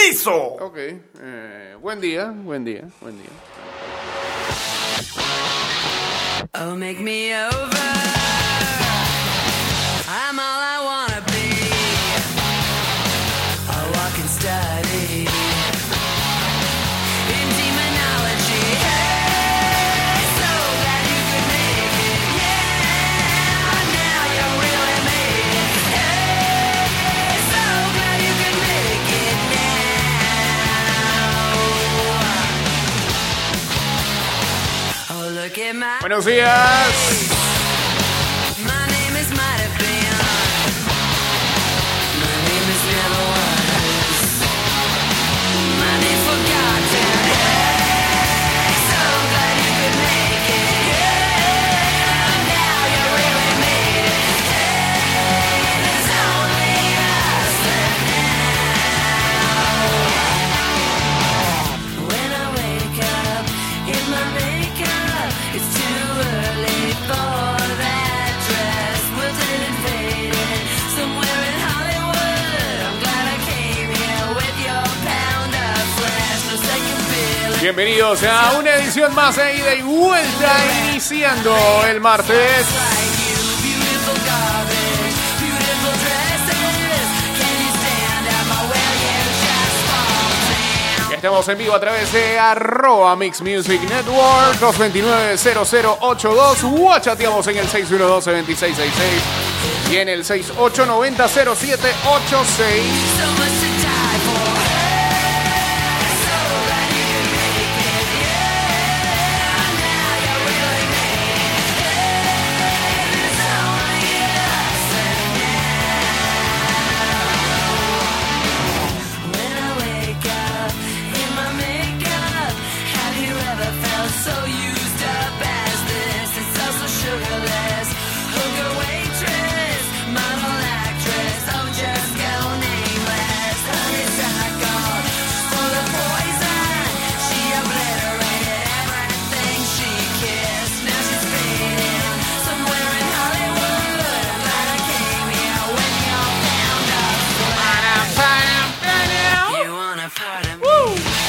permiso. Ok, buen día. Oh, make me over. I'm all I wanna be. A walking study in demonology. Hey, so glad you could make it. Yeah, now you really made it. Hey, so glad you could make it now. Oh, look at my. Buenos días. My name is might have been. My name is never was. My name's forgotten. Hey, so glad you could make it. Yeah, now you really made it. Hey, there's only us left now. When I wake up in my makeup, it's too early for that dress. Wilted and faded, somewhere in Hollywood. I'm glad I came here with your pound of flesh. No second feeling. Bienvenidos a una edición más de ida y vuelta, iniciando el martes. Like you, beautiful garbage, beautiful dresses. Can you stand at my way? You just fall down. Estamos en vivo a través de @Mix Music Network 229-0082 o chateamos en el 612-2666 y en el 6890-0786. So much to die for. Hey, so glad you could make it. Yeah, now you really made it. Hey, there's only us now. When I wake up in my makeup, have you ever felt so used up as this? It's also sugarless. Hooker waitress, model actress, oh just go nameless. Honeysuckle, she's full of poison. She obliterated everything she kissed. Now she's fading somewhere in Hollywood. I'm glad I came here with your pound of flesh. You wanna part of me?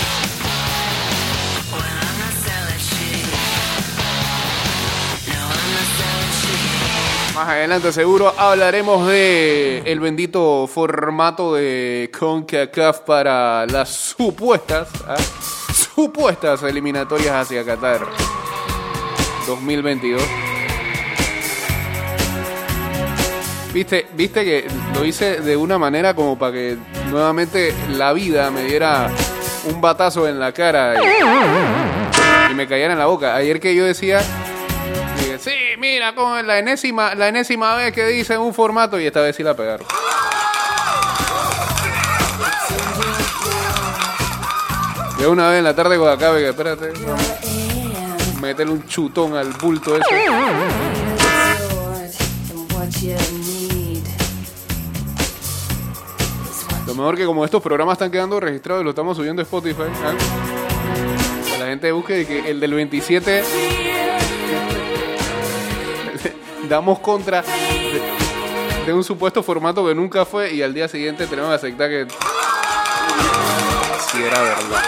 Well, I'm not selling shit. No, I'm not selling shit. Más adelante seguro hablaremos de el bendito formato de CONCACAF para las supuestas eliminatorias hacia Qatar 2022. Viste que lo hice de una manera como para que nuevamente la vida me diera un batazo en la cara y me cayera en la boca. Ayer que yo decía, dije, sí, mira, como la enésima vez que dicen un formato, y esta vez sí la pegaron. De una vez en la tarde cuando acabe, que espérate, métele un chutón al bulto ese. Lo mejor que como estos programas están quedando registrados y lo estamos subiendo a Spotify, que la gente busque que el del 27 damos contra de un supuesto formato que nunca fue y al día siguiente tenemos que aceptar que sí era verdad.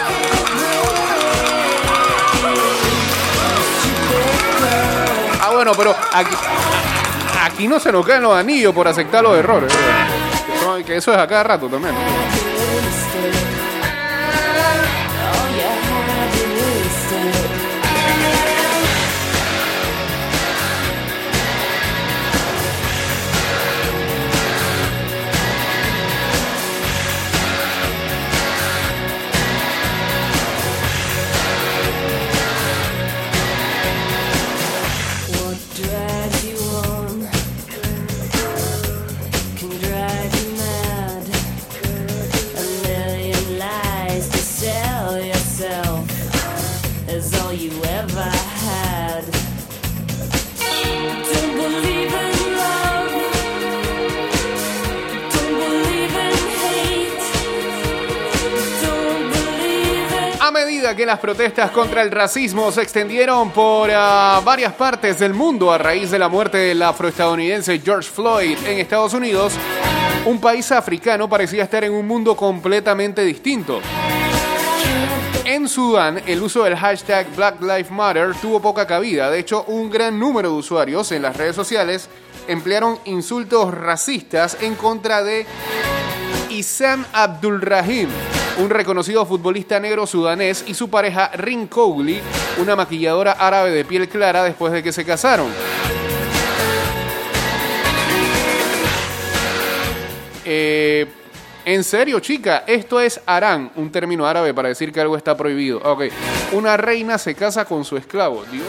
Ah, bueno, pero aquí no se nos caen los anillos por aceptar los errores. Que eso es a cada rato también, ¿no? A medida que las protestas contra el racismo se extendieron por varias partes del mundo a raíz de la muerte del afroestadounidense George Floyd en Estados Unidos, Un país africano parecía estar en un mundo completamente distinto. En Sudán, el uso del hashtag Black Lives Matter tuvo poca cabida. De hecho, un gran número de usuarios en las redes sociales emplearon insultos racistas en contra de Issam Abdulrahim, un reconocido futbolista negro sudanés, y su pareja Rin Cowley, una maquilladora árabe de piel clara, después de que se casaron. En serio, chica, esto es harán, un término árabe para decir que algo está prohibido. Ok, una reina se casa con su esclavo. Dios,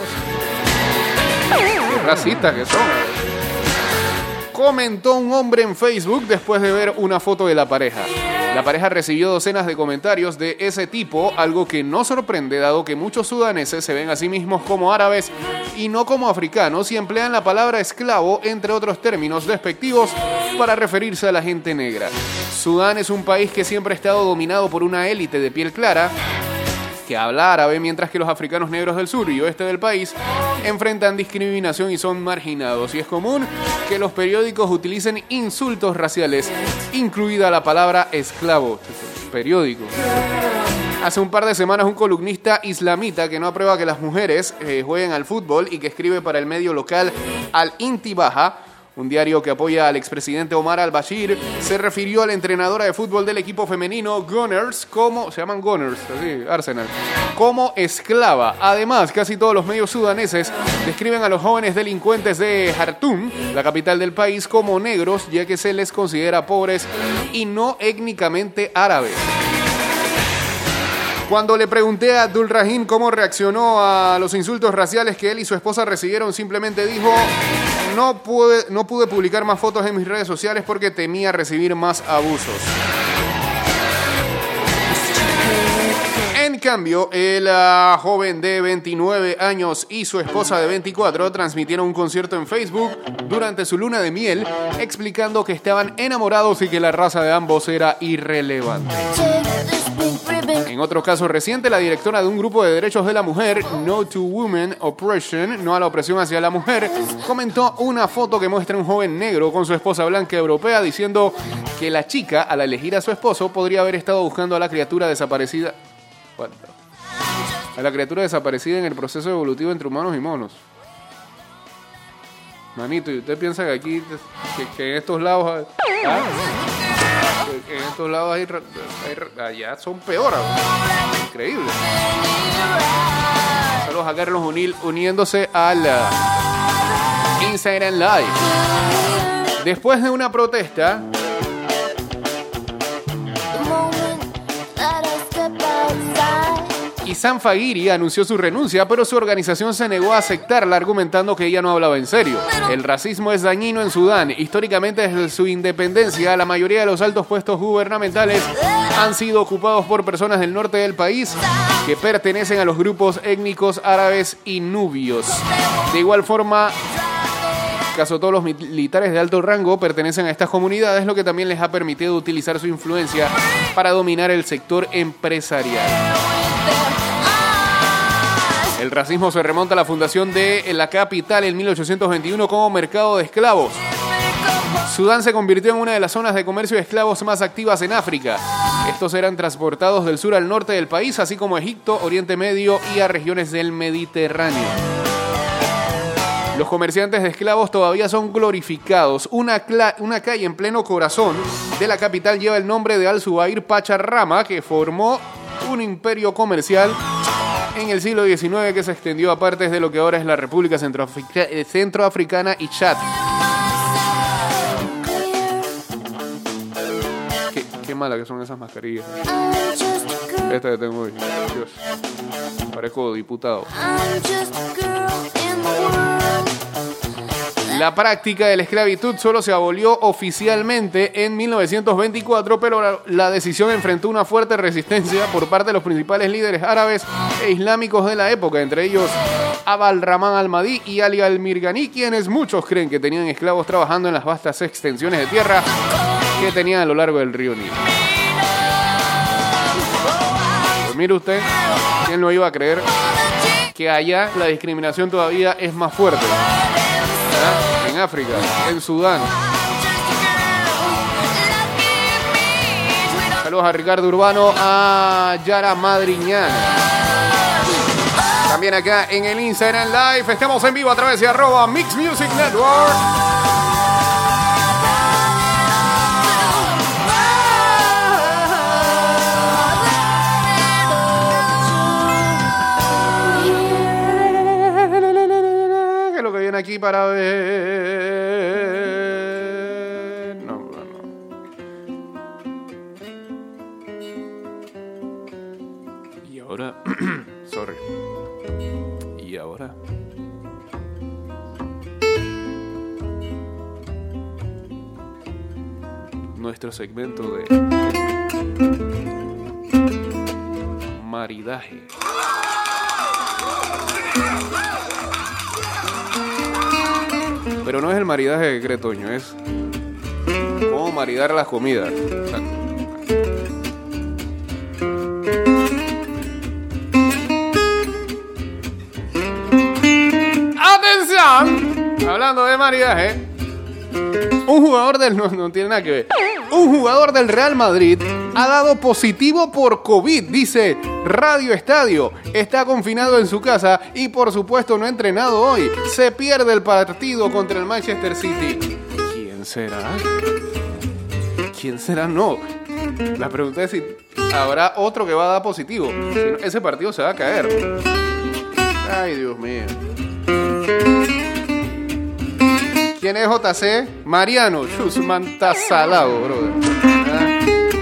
qué racistas que son. Comentó un hombre en Facebook después de ver una foto de la pareja. La pareja recibió docenas de comentarios de ese tipo, algo que no sorprende dado que muchos sudaneses se ven a sí mismos como árabes y no como africanos y emplean la palabra esclavo, entre otros términos despectivos, para referirse a la gente negra. Sudán es un país que siempre ha estado dominado por una élite de piel clara que habla árabe, mientras que los africanos negros del sur y oeste del país enfrentan discriminación y son marginados. Y es común que los periódicos utilicen insultos raciales, incluida la palabra esclavo. Periódico. Hace un par de semanas un columnista islamita que no aprueba que las mujeres jueguen al fútbol y que escribe para el medio local Al Intibaha, un diario que apoya al expresidente Omar al-Bashir, se refirió a la entrenadora de fútbol del equipo femenino Gunners como, se llaman Gunners, así, Arsenal, como esclava. Además, casi todos los medios sudaneses describen a los jóvenes delincuentes de Jartum, la capital del país, como negros, ya que se les considera pobres y no étnicamente árabes. Cuando le pregunté a Abdulrahim cómo reaccionó a los insultos raciales que él y su esposa recibieron, simplemente dijo: no pude publicar más fotos en mis redes sociales porque temía recibir más abusos. En cambio, el joven de 29 años y su esposa de 24 transmitieron un concierto en Facebook durante su luna de miel, explicando que estaban enamorados y que la raza de ambos era irrelevante. En otro caso reciente, la directora de un grupo de derechos de la mujer, No to Women Oppression, no a la opresión hacia la mujer, comentó una foto que muestra a un joven negro con su esposa blanca europea, diciendo que la chica, al elegir a su esposo, podría haber estado buscando a la criatura desaparecida. A la criatura desaparecida en el proceso evolutivo entre humanos y monos. Manito, ¿y usted piensa que aquí, que en estos lados... En estos lados allá son peores. Increíble. Saludos a Carlos Unil uniéndose al Instagram Live. Después de una protesta, Issam Faghiri anunció su renuncia, pero su organización se negó a aceptarla, argumentando que ella no hablaba en serio. El racismo es dañino en Sudán. Históricamente, desde su independencia, la mayoría de los altos puestos gubernamentales han sido ocupados por personas del norte del país que pertenecen a los grupos étnicos árabes y nubios. De igual forma, casi todos los militares de alto rango pertenecen a estas comunidades, lo que también les ha permitido utilizar su influencia para dominar el sector empresarial. El racismo se remonta a la fundación de la capital en 1821 como mercado de esclavos. Sudán se convirtió en una de las zonas de comercio de esclavos más activas en África. Estos eran transportados del sur al norte del país, así como a Egipto, Oriente Medio y a regiones del Mediterráneo. Los comerciantes de esclavos todavía son glorificados. Una calle en pleno corazón de la capital lleva el nombre de Al-Zubair Pacha Rama, que formó un imperio comercial en el siglo XIX que se extendió a partes de lo que ahora es la República Centroafricana y Chad. Qué mala que son esas mascarillas. Esta que tengo hoy. Dios. Parezco diputado. La práctica de la esclavitud solo se abolió oficialmente en 1924, pero la decisión enfrentó una fuerte resistencia por parte de los principales líderes árabes e islámicos de la época, entre ellos Abd al-Rahman al-Mahdi y Ali al-Mirghani, quienes muchos creen que tenían esclavos trabajando en las vastas extensiones de tierra que tenían a lo largo del río Nilo. Pues mire usted, ¿quién lo iba a creer? Que allá la discriminación todavía es más fuerte. En África, en Sudán. Saludos a Ricardo Urbano, a Yara Madriñana. También acá en el Instagram Live. Estamos en vivo a través de @Mix Music Network. ¿Qué es lo que viene aquí para ver? No. Y ahora... Sorry. Y ahora... nuestro segmento de... maridaje. Pero no es el maridaje que cree Toño, es... cómo maridar las comidas. Exacto. Hablando de maridaje, un jugador del... No tiene nada que ver. Un jugador del Real Madrid ha dado positivo por COVID, dice Radio Estadio. Está confinado en su casa y por supuesto no ha entrenado hoy. Se pierde el partido contra el Manchester City. ¿Quién será? ¿Quién será? No. La pregunta es si habrá otro que va a dar positivo. Si no, ese partido se va a caer. Ay, Dios mío. ¿Quién es JC? Mariano. Chusman está salado, brother. ¿Ah?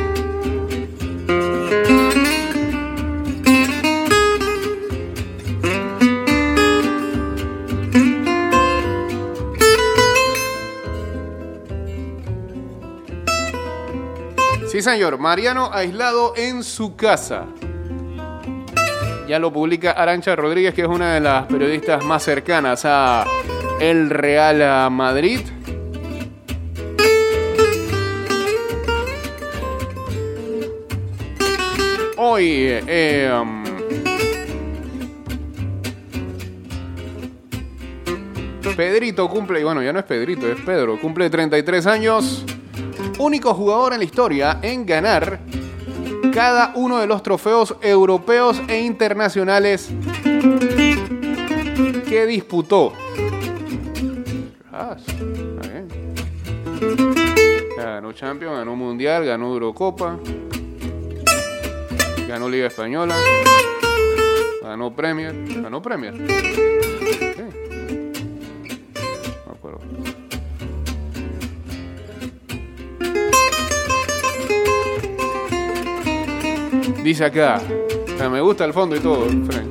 Sí, señor. Mariano aislado en su casa. Ya lo publica Arantxa Rodríguez, que es una de las periodistas más cercanas a el Real Madrid. Hoy Pedrito cumple, y bueno, ya no es Pedrito, es Pedro, cumple 33 años. Único jugador en la historia en ganar cada uno de los trofeos europeos e internacionales que disputó. Está bien. Ganó Champions, ganó Mundial, ganó Eurocopa, ganó Liga Española, ganó Premier. ¿Ganó Premier? Sí. No me acuerdo. Dice acá, o sea, me gusta el fondo y todo, Frank.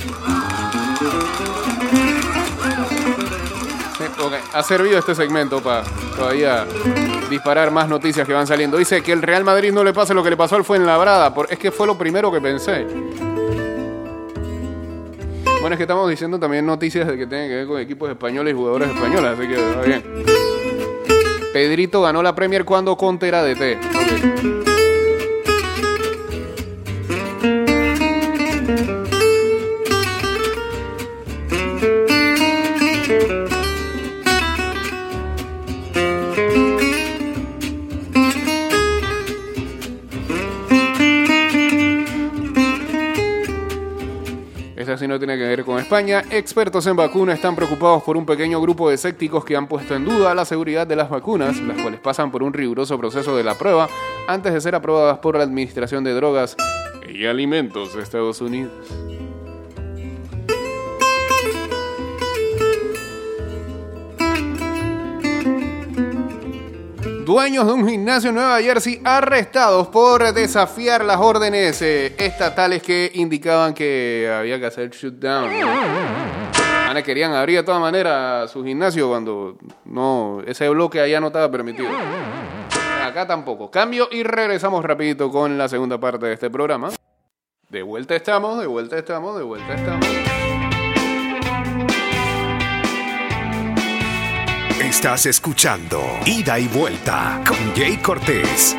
Okay. Ha servido este segmento para todavía disparar más noticias que van saliendo. Dice que el Real Madrid no le pase lo que le pasó al Fuenlabrada. Es que fue lo primero que pensé. Bueno, es que estamos diciendo también noticias de que tienen que ver con equipos españoles y jugadores españoles, así que va bien. Pedrito ganó la Premier cuando Conte era DT. Okay. Si no tiene que ver con España. Expertos en vacunas están preocupados por un pequeño grupo de escépticos que han puesto en duda la seguridad de las vacunas, las cuales pasan por un riguroso proceso de la prueba antes de ser aprobadas por la Administración de Drogas y Alimentos de Estados Unidos. Dueños de un gimnasio en Nueva Jersey arrestados por desafiar las órdenes estatales que indicaban que había que hacer shutdown. Ana querían abrir de todas maneras su gimnasio cuando no, ese bloque allá no estaba permitido. Acá tampoco. Cambio y regresamos rapidito con la segunda parte de este programa. De vuelta estamos. Estás escuchando Ida y Vuelta con Jay Cortés.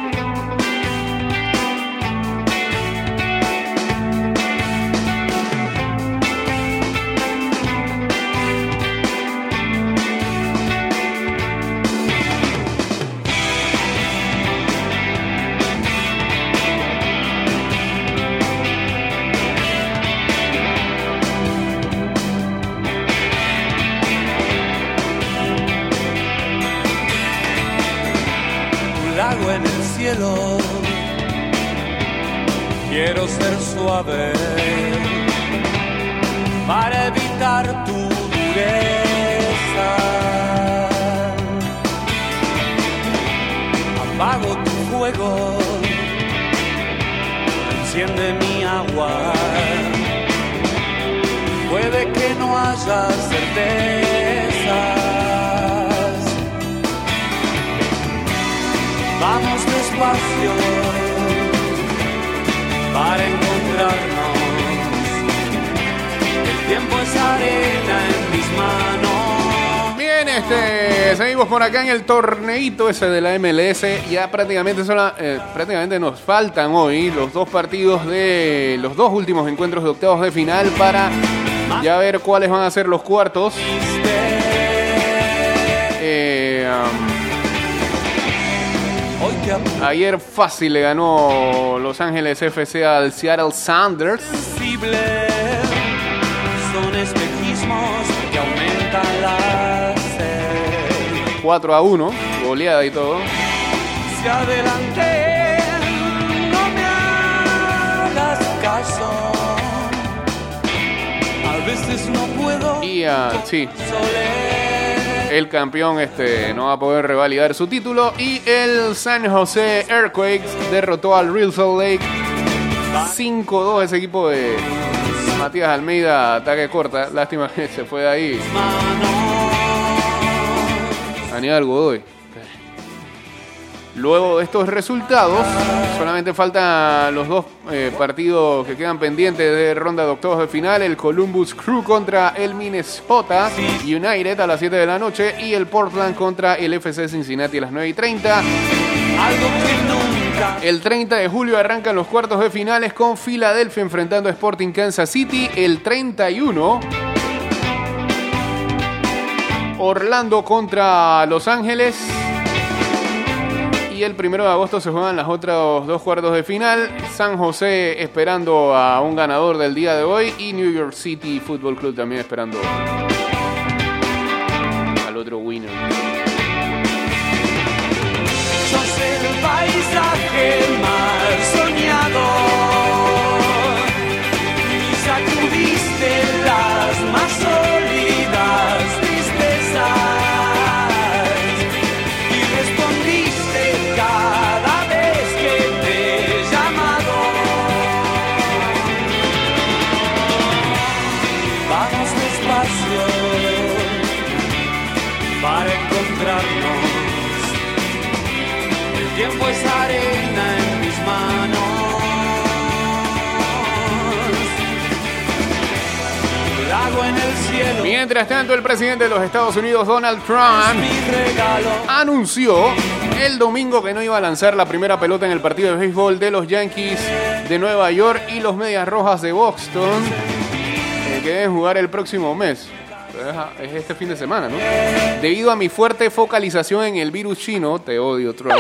cielo. Quiero ser suave para evitar tu dureza. Apago tu fuego, enciende mi agua. Puede que no haya certezas. Vamos despacio para encontrarnos. El tiempo es arena en mis manos. Bien, seguimos por acá en el torneito ese de la MLS. Ya prácticamente nos faltan hoy los dos partidos de los dos últimos encuentros de octavos de final para ya ver cuáles van a ser los cuartos. Ayer fácil le ganó Los Ángeles FC al Seattle Sounders. Son espejismos que aumentan la sed. 4-1, goleada y todo. Si adelante no me hagas caso, a veces no puedo. Y sí, el campeón no va a poder revalidar su título. Y el San Jose Earthquakes derrotó al Real Salt Lake 5-2. Ese equipo de Matías Almeida, ataque corta. Lástima que se fue de ahí Aníbal Godoy. Luego de estos resultados, solamente faltan los dos partidos que quedan pendientes de ronda de octavos de final. El Columbus Crew contra el Minnesota United a las 7 de la noche. Y el Portland contra el FC Cincinnati a las 9:30. El 30 de julio arrancan los cuartos de finales con Filadelfia enfrentando a Sporting Kansas City. El 31, Orlando contra Los Ángeles. Y el 1 de agosto se juegan los otros dos cuartos de final. San José esperando a un ganador del día de hoy. Y New York City Football Club también esperando al otro winner. Sos el paisaje más soñado y sacudiste las más sólidas tristezas y respondiste cada vez que te he llamado. Vamos despacio para encontrarnos. El tiempo es arena en mis manos. El agua en el cielo. Mientras tanto, el presidente de los Estados Unidos, Donald Trump, anunció el domingo que no iba a lanzar la primera pelota en el partido de béisbol de los Yankees de Nueva York y los Medias Rojas de Boston, que deben jugar el próximo mes. Es este fin de semana, ¿no? Debido a mi fuerte focalización en el virus chino, te odio, Trump,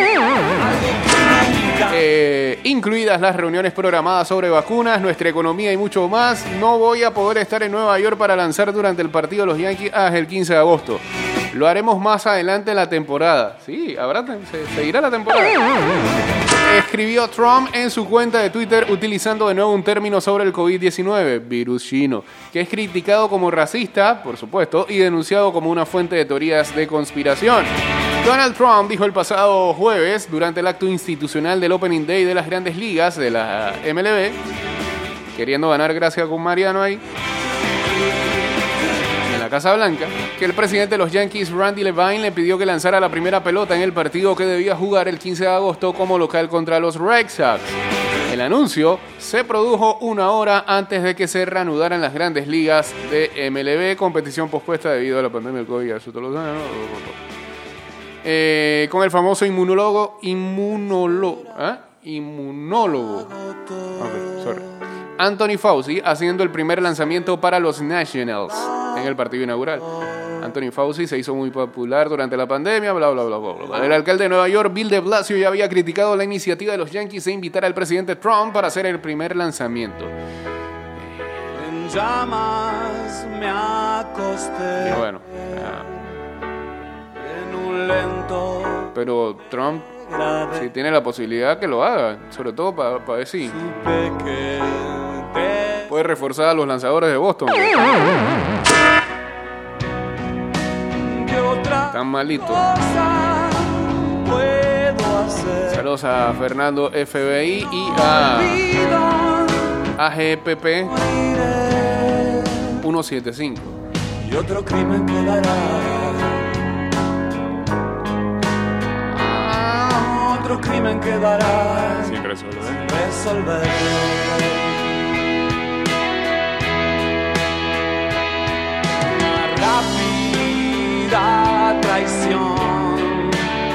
incluidas las reuniones programadas sobre vacunas, nuestra economía y mucho más, no voy a poder estar en Nueva York para lanzar durante el partido de los Yankees el 15 de agosto. Lo haremos más adelante en la temporada. Sí, seguirá la temporada. Escribió Trump en su cuenta de Twitter utilizando de nuevo un término sobre el COVID-19, virus chino, que es criticado como racista, por supuesto, y denunciado como una fuente de teorías de conspiración. Donald Trump dijo el pasado jueves, durante el acto institucional del Opening Day de las Grandes Ligas de la MLB, queriendo ganar gracia con Mariano ahí, en la Casa Blanca, que el presidente de los Yankees, Randy Levine, le pidió que lanzara la primera pelota en el partido que debía jugar el 15 de agosto como local contra los Red Sox. El anuncio se produjo una hora antes de que se reanudaran las Grandes Ligas de MLB, competición pospuesta debido a la pandemia del COVID. Eso todos los años, ¿no? Con el famoso inmunólogo. Okay, sorry. Anthony Fauci haciendo el primer lanzamiento para los Nationals en el partido inaugural. Anthony Fauci se hizo muy popular durante la pandemia, bla, bla, bla, bla, bla. El alcalde de Nueva York, Bill de Blasio, ya había criticado la iniciativa de los Yankees de invitar al presidente Trump para hacer el primer lanzamiento. En llamas me acosté. Y bueno, en un lento. pero Trump si tiene la posibilidad que lo haga, sobre todo para ver si Supe que te puede reforzar a los lanzadores de Boston. ¿Qué otra Están malitos. cosa puedo hacer? Saludos a Fernando FBI y a Olvido, AGPP iré, 175. y otro crimen quedará. Otro crimen quedará Sin resolver. resolver. Una rápida traición.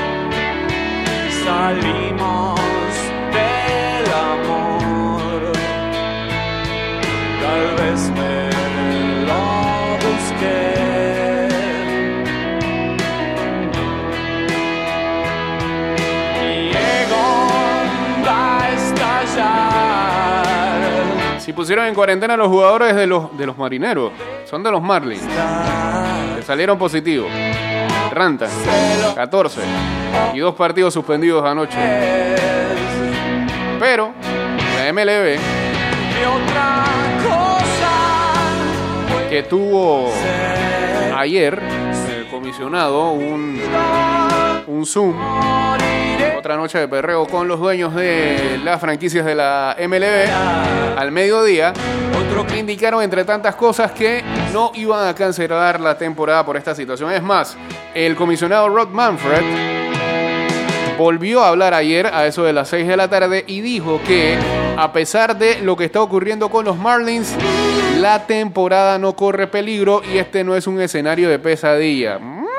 Salimos del amor. Tal vez me lo busqué. Si pusieron en cuarentena a los jugadores de los marineros, son de los Marlins, que salieron positivos. Rantan, 14 y 2 partidos suspendidos anoche. Pero la MLB, que tuvo ayer comisionado un Zoom, otra noche de perreo con los dueños de las franquicias de la MLB, al mediodía, indicaron entre tantas cosas que no iban a cancelar la temporada por esta situación. Es más, el comisionado Rob Manfred volvió a hablar ayer a eso de las 6 de la tarde y dijo que a pesar de lo que está ocurriendo con los Marlins, la temporada no corre peligro y este no es un escenario de pesadilla.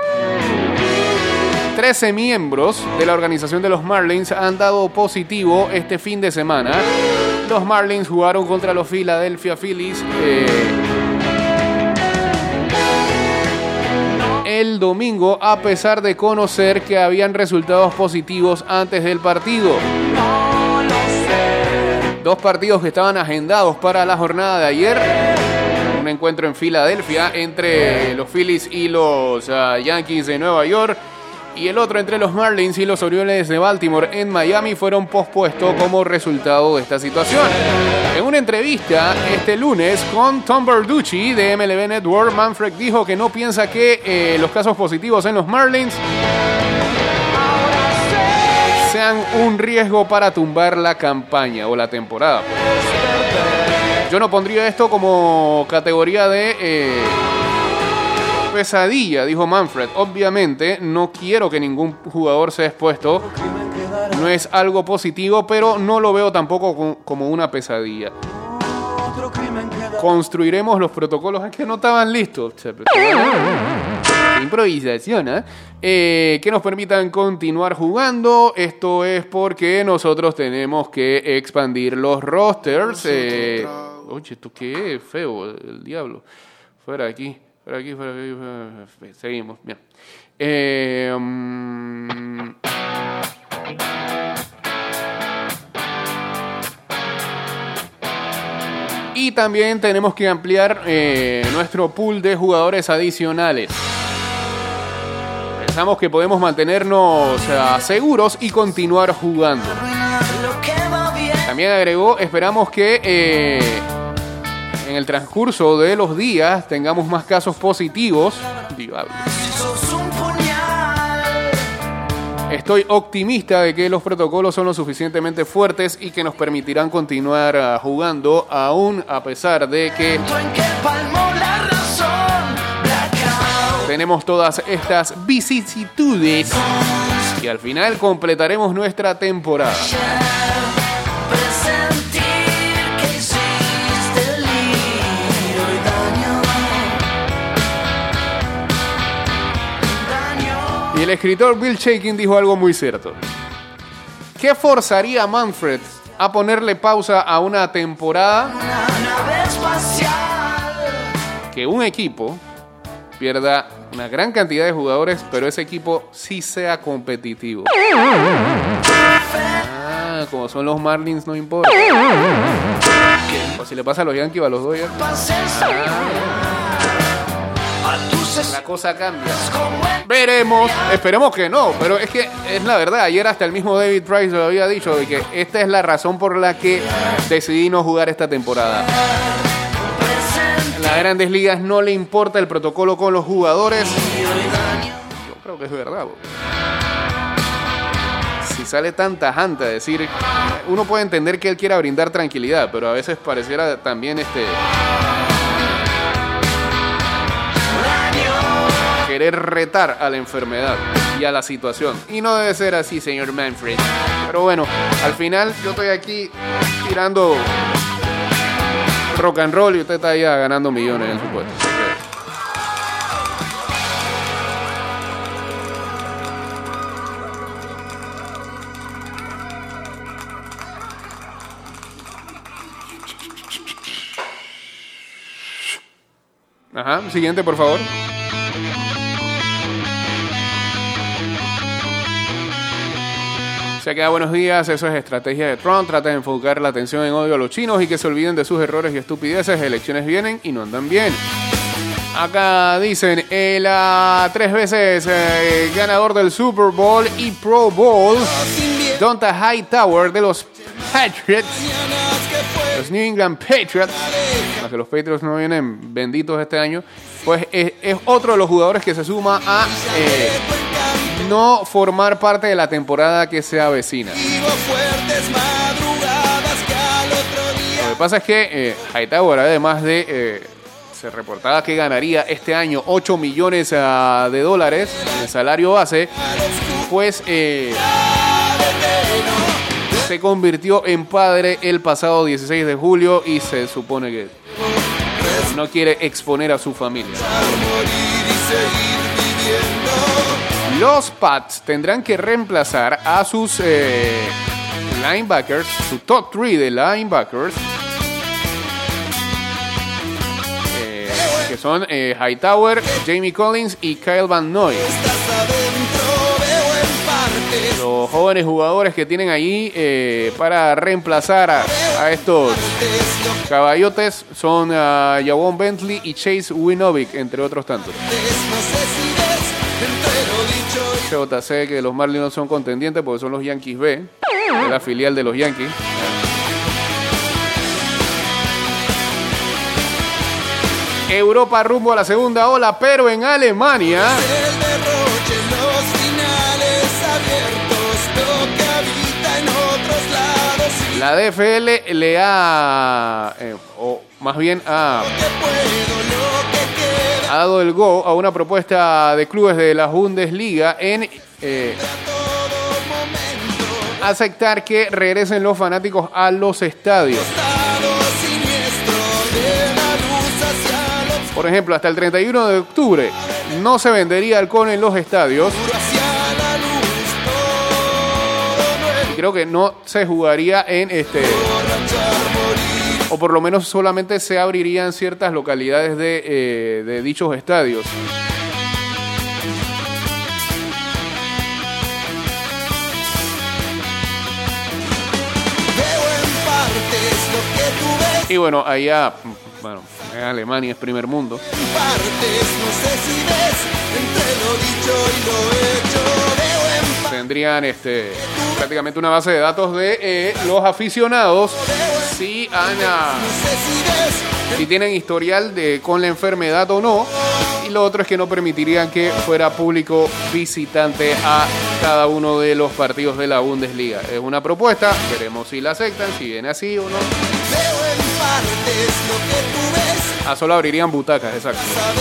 13 miembros de la organización de los Marlins han dado positivo este fin de semana. Los Marlins jugaron contra los Philadelphia Phillies el domingo, a pesar de conocer que habían resultados positivos antes del partido. 2 partidos que estaban agendados para la jornada de ayer. Un encuentro en Filadelfia entre los Phillies y los Yankees de Nueva York. Y el otro entre los Marlins y los Orioles de Baltimore en Miami fueron pospuestos como resultado de esta situación. En una entrevista este lunes con Tom Verducci de MLB Network, Manfred dijo que no piensa que los casos positivos en los Marlins sean un riesgo para tumbar la campaña o la temporada. Yo no pondría esto como categoría de pesadilla, dijo Manfred. Obviamente no quiero que ningún jugador sea expuesto. No es algo positivo, pero no lo veo tampoco como una pesadilla. Construiremos los protocolos. Es que no estaban listos. Improvisación, ¿eh? Que nos permitan continuar jugando. Esto es porque nosotros tenemos que expandir los rosters. Oye, ¿esto qué es? Feo, el diablo. Fuera de aquí. Fuera de aquí, fuera de aquí. Seguimos, bien. Y también tenemos que ampliar nuestro pool de jugadores adicionales. Pensamos que podemos mantenernos seguros y continuar jugando. También agregó, esperamos que en el transcurso de los días tengamos más casos positivos. Diablo. Estoy optimista de que los protocolos son lo suficientemente fuertes y que nos permitirán continuar jugando aún a pesar de que tenemos todas estas vicisitudes y al final completaremos nuestra temporada. Y el escritor Bill Shakin dijo algo muy cierto. ¿Qué forzaría a Manfred a ponerle pausa a una temporada? Que un equipo pierda una gran cantidad de jugadores, pero ese equipo sí sea competitivo. Como son los Marlins, no importa. O si le pasa a los Yankees o a los Dodgers. la cosa cambia. Veremos, esperemos que no, pero es que es la verdad. Ayer hasta el mismo David Price lo había dicho, de que esta es la razón por la que decidí no jugar esta temporada. En las Grandes Ligas no le importa el protocolo con los jugadores. Yo creo que es verdad. Si sale tan tajante a decir, uno puede entender que él quiera brindar tranquilidad, pero a veces pareciera también querer retar a la enfermedad y a la situación. Y no debe ser así, señor Manfred. Pero bueno, al final yo estoy aquí tirando rock and roll y usted está allá ganando millones en su puesto. Ajá, siguiente, por favor. Se queda buenos días, eso es estrategia de Trump. Trata de enfocar la atención en odio a los chinos y que se olviden de sus errores y estupideces. Elecciones vienen y no andan bien. Acá dicen, el 3 veces ganador del Super Bowl y Pro Bowl, Donta Hightower de los Patriots, los New England Patriots, aunque los Patriots no vienen benditos este año, pues es otro de los jugadores que se suma a no formar parte de la temporada que se avecina. Lo que pasa es que Hightower, además de se reportaba que ganaría este año $8 millones de dólares en salario base, pues se convirtió en padre el pasado 16 de julio y se supone que no quiere exponer a su familia. Los Pats tendrán que reemplazar a sus linebackers, su top 3 de linebackers, que son Hightower, Jamie Collins y Kyle Van Noy. Los jóvenes jugadores que tienen allí para reemplazar a estos caballotes son Jawon Bentley y Chase Winovich, entre otros tantos. JC, que los Marlins no son contendientes porque son los Yankees B, la filial de los Yankees. Europa rumbo a la segunda ola, pero en Alemania la DFL le ha, o más bien ha dado el go a una propuesta de clubes de la Bundesliga en aceptar que regresen los fanáticos a los estadios. Por ejemplo, hasta el 31 de octubre no se vendería alcohol en los estadios. Y creo que no se jugaría en o por lo menos solamente se abrirían ciertas localidades de dichos estadios. Y bueno, allá, bueno, en Alemania es primer mundo. Tendrían prácticamente una base de datos de los aficionados si tienen historial con la enfermedad o no. Y lo otro es que no permitirían que fuera público visitante a cada uno de los partidos de la Bundesliga. Es una propuesta, veremos si la aceptan, si viene así o no. Solo abrirían butacas, exacto.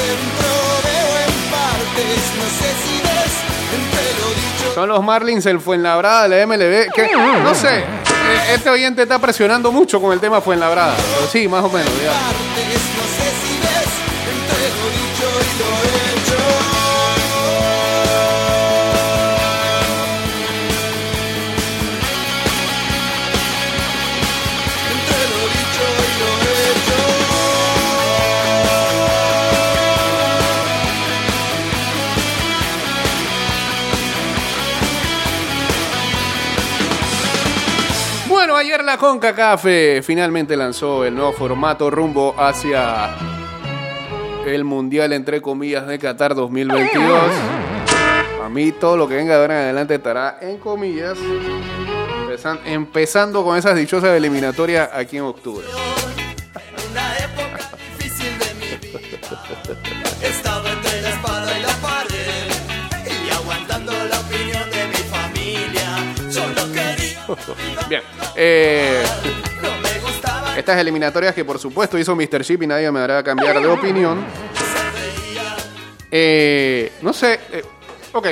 Son los Marlins, el Fuenlabrada de la MLB, que no sé, este oyente está presionando mucho con el tema Fuenlabrada, pero sí, más o menos, digamos. Bueno, ayer la CONCACAF finalmente lanzó el nuevo formato rumbo hacia el Mundial, entre comillas, de Qatar 2022. A mí todo lo que venga de ahora en adelante estará en comillas. Empezando con esas dichosas eliminatorias aquí en octubre. Una época difícil de mi vida. Estaba entre la espada y la pared y aguantando la opinión de mi familia. Solo quería. Bien. No me gustaba. Estas eliminatorias que por supuesto hizo Mr. Chip y nadie me hará cambiar de opinión. No sé. Ok.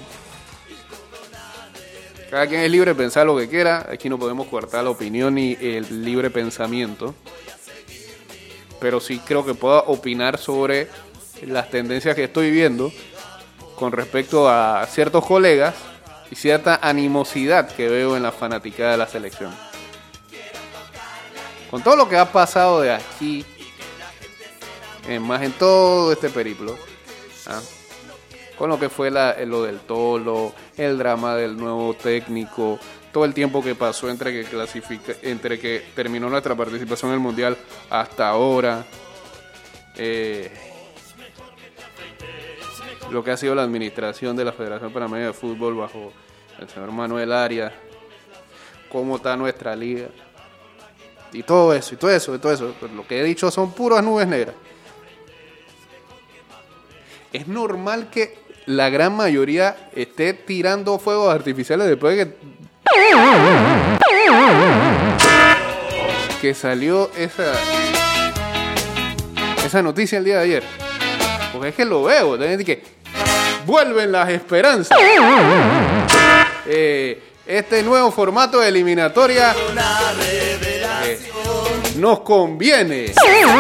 Cada quien es libre de pensar lo que quiera. Aquí no podemos coartar la opinión ni el libre pensamiento. Pero sí creo que puedo opinar sobre las tendencias que estoy viendo con respecto a ciertos colegas y cierta animosidad que veo en la fanaticada de la selección. Con todo lo que ha pasado de aquí, más en todo este periplo, con lo que fue lo del Tolo, el drama del nuevo técnico, todo el tiempo que pasó entre que terminó nuestra participación en el Mundial hasta ahora, lo que ha sido la administración de la Federación Panameña de Fútbol bajo el señor Manuel Arias, cómo está nuestra liga, y todo eso. Pues lo que he dicho son puras nubes negras. Es normal que la gran mayoría esté tirando fuegos artificiales después de que salió esa noticia el día de ayer. Porque es que lo veo, que vuelven las esperanzas. Este nuevo formato de eliminatoria nos conviene.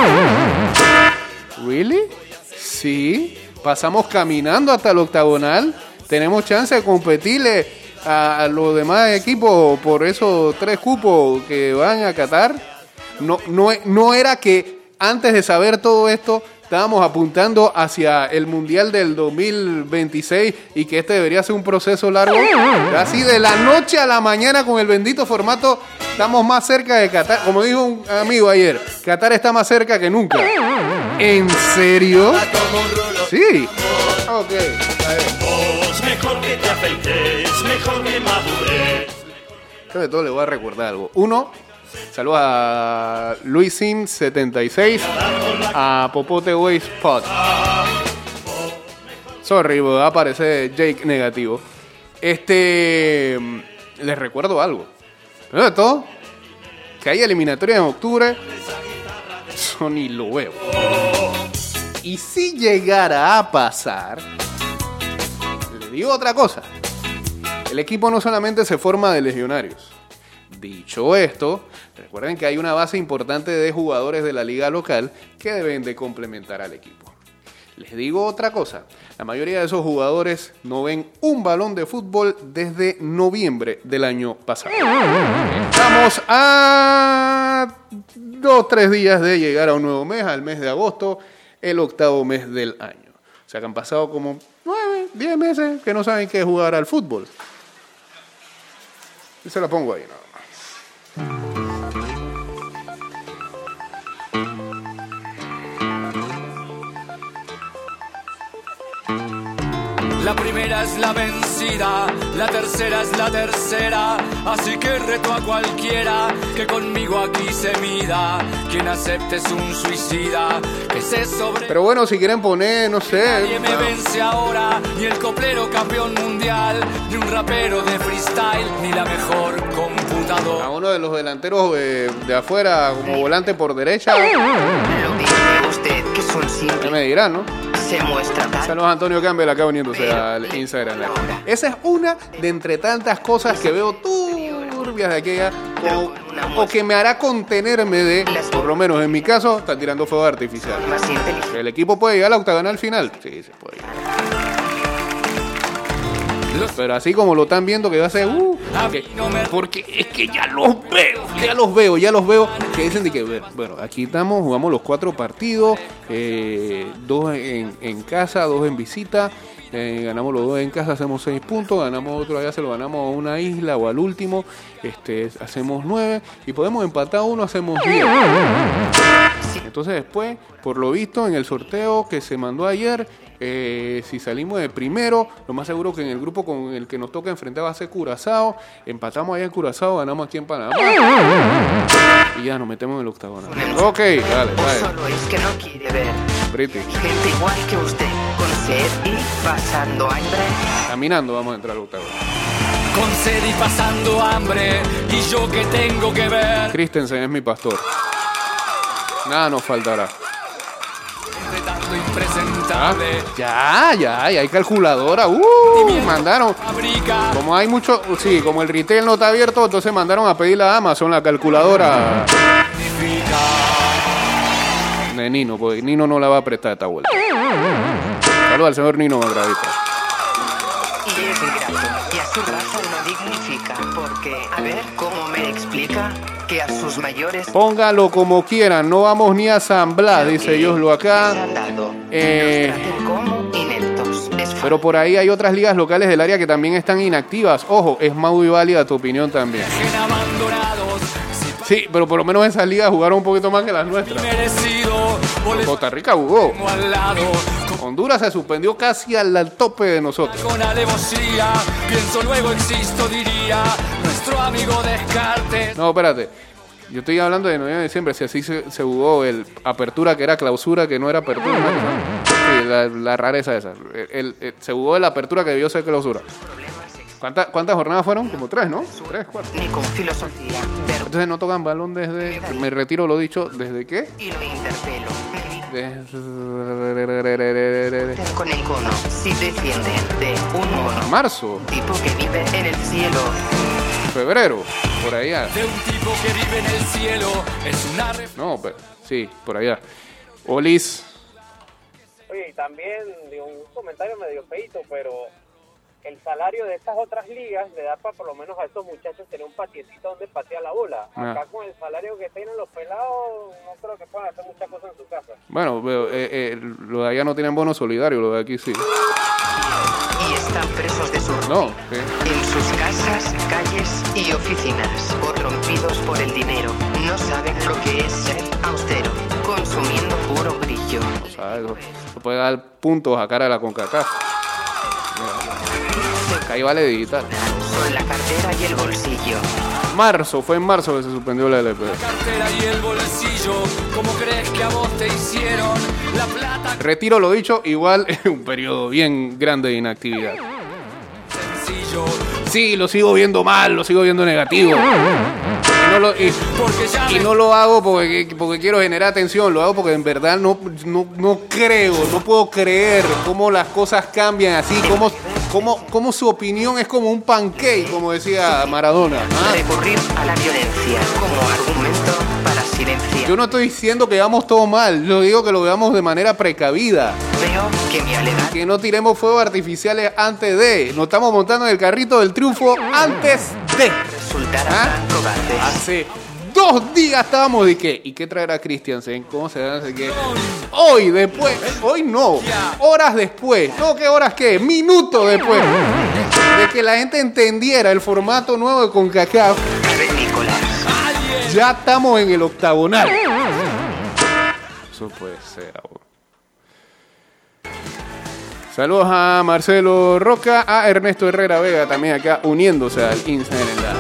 ¿Really? Sí. Pasamos caminando hasta el octagonal. Tenemos chance de competirle a los demás equipos por esos 3 cupos que van a Qatar. No era que antes de saber todo esto estábamos apuntando hacia el Mundial del 2026 y que este debería ser un proceso largo. Así de la noche a la mañana con el bendito formato estamos más cerca de Qatar. Como dijo un amigo ayer, Qatar está más cerca que nunca. ¿En serio? Sí. Ok. Mejor que te afeites, mejor que madures. Creo que todo le voy a recordar algo. Uno, saludos a Luisin76, a Popote Way Spot. Sorry, va a aparecer Jake negativo. Les recuerdo algo. Primero de todo, que hay eliminatoria en octubre. Eso ni lo veo. Y si llegara a pasar, le digo otra cosa. El equipo no solamente se forma de legionarios. Dicho esto, recuerden que hay una base importante de jugadores de la liga local que deben de complementar al equipo. Les digo otra cosa. La mayoría de esos jugadores no ven un balón de fútbol desde noviembre del año pasado. Estamos a 2-3 días de llegar a un nuevo mes, al mes de agosto, el 8º mes del año. O sea que han pasado como 9-10 meses que no saben qué es jugar al fútbol. Y se la pongo ahí nada más. La primera es la vencida, la tercera es la tercera. Así que reto a cualquiera que conmigo aquí se mida. Quien acepte es un suicida, que se sobre... Pero bueno, si quieren poner, no sé... Nadie me vence ahora, ni el coplero campeón mundial, ni un rapero de freestyle, ni la mejor computadora. A uno de los delanteros de afuera, como volante por derecha... Lo dice usted, que son Ya simples. me dirán, ¿no? Se muestra tal. Saludos a Antonio Campbell acá uniéndose al Instagram Live. Esa es una de entre tantas cosas que veo turbias de aquella o que me hará contenerme de, por lo menos en mi caso, estar tirando fuego artificial. Más inteligente. ¿El equipo puede llegar a la octagonal final? Sí, se puede. Pero así como lo están viendo que va a ser porque es que ya los veo que dicen de que bueno, aquí estamos, jugamos los 4 partidos, 2 en casa, 2 en visita, ganamos los 2 en casa, hacemos 6 puntos, ganamos otro allá, se lo ganamos a una isla o al último, hacemos 9 y podemos empatar uno, hacemos 10. Entonces Entonces después, por lo visto, en el sorteo que se mandó ayer, si salimos de primero, lo más seguro que en el grupo con el que nos toca enfrentar va a ser Curazao. Empatamos allá en Curazao, ganamos aquí en Panamá. Y ya nos metemos en el octagonal. Ok, dale. Solo es que no quiere ver Pretty. gente igual que usted, con sed y pasando hambre. Caminando vamos a entrar al octagonal. Con sed y pasando hambre, y yo que tengo que ver. Christensen es mi pastor. Nada nos faltará. Entre tanto impresentable. Ya, hay calculadora. Mandaron. Fabrica. Como hay mucho, sí, como el retail no está abierto, entonces mandaron a pedirle a Amazon la calculadora de Nino, porque Nino no la va a prestar esta vuelta. Saludos al señor Nino Magravita. Y es ingrato, y a su raza no dignifica, porque, a ver, ¿cómo me explica que a sus mayores Póngalo como quieran, no vamos ni a San Blas, dice Yoslo acá. les han dado, los traten como ineptos? Es Pero por ahí hay otras ligas locales del área que también están inactivas. Ojo, es muy válida tu opinión también. Abandonados, Sí, pero por lo menos esas ligas jugaron un poquito más que las nuestras. merecido, o les Costa Rica jugó. pongo al lado, Honduras se suspendió casi al tope de nosotros. con alevosía, pienso luego existo, diría nuestro amigo Descartes. No, espérate. Yo estoy hablando de noviembre y diciembre. Si así se jugó el apertura que era clausura, que no era apertura. ¿No? Sí, la rareza esa. Se jugó el apertura que debió ser clausura. ¿Cuántas jornadas fueron? Como 3, ¿no? 3, 4. ni con filosofía, pero Entonces no tocan balón desde... Me retiro lo dicho. ¿Desde qué? y lo interpelo. Desde... Con el cono, si defienden de un mono marzo, tipo que vive en el cielo. febrero, por allá. De un tipo que vive en el cielo, es una No, pero sí, por allá. Olis. Oye, y también digo, un comentario medio feito, pero el salario de estas otras ligas le da para por lo menos a estos muchachos tener un patiecito donde patear la bola. Acá con el salario que tienen los pelados, no creo que puedan hacer muchas cosas en su casa. Bueno, lo de allá no tienen bono solidario, lo de aquí sí. Y están presos de su No, sí. en sus casas, calles y oficinas, corrompidos por el dinero. No saben lo que es ser austero, consumiendo puro brillo. O sea, eso puede dar puntos a cara de la CONCACAF. Ahí vale digital. Son la cartera y el bolsillo. Fue en marzo que se suspendió la LP. cartera y el bolsillo. ¿Cómo crees que a vos te hicieron la plata? Retiro lo dicho, igual es un periodo bien grande de inactividad. Sencillo, Sí, lo sigo viendo mal, lo sigo viendo negativo. porque ya Y no lo hago porque quiero generar atención, lo hago porque en verdad no puedo creer cómo las cosas cambian así, cómo su opinión es como un pancake, como decía Maradona. ¿Ah? Recurrir a la violencia como argumento para silenciar. Yo no estoy diciendo que veamos todo mal, yo digo que lo veamos de manera precavida, Veo que mi alegato que no tiremos fuegos artificiales antes de, nos estamos montando en el carrito del triunfo antes de. resultará ¿Ah? tan cobarde. Hace 2 días estábamos de qué. ¿Y qué traerá Christiansen? ¿Cómo se hace que hoy después? Hoy no. Horas después. No, ¿qué horas qué? Minutos después. De que la gente entendiera el formato nuevo de CONCACAF. Nicolás. Ya estamos en el octagonal. Eso puede ser, abuelo. Saludos a Marcelo Roca, a Ernesto Herrera Vega también acá uniéndose al Instagram Live.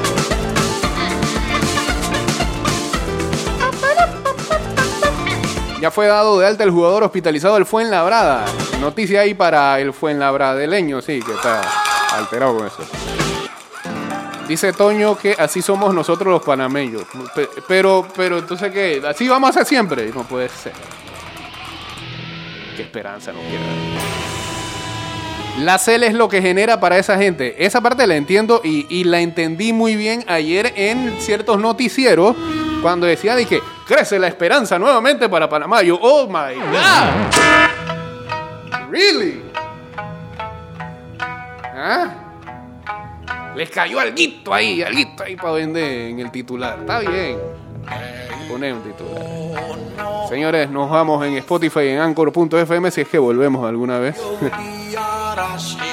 Ya fue dado de alta el jugador hospitalizado del Fuenlabrada. Noticia ahí para el fuenlabradeño, sí, que está alterado con eso. Dice Toño que así somos nosotros los panameños. Pero entonces, ¿qué? ¿Así vamos a ser siempre? No puede ser. Qué esperanza no quiere dar. La CEL es lo que genera para esa gente. Esa parte la entiendo y la entendí muy bien ayer en ciertos noticieros cuando decía de que crece la esperanza nuevamente para Panamá. Yo, oh my God. Really? ¿Ah? Les cayó alguito ahí para vender en el titular. Está bien. Poné un titular. Señores, nos vamos en Spotify, en Anchor.fm si es que volvemos alguna vez.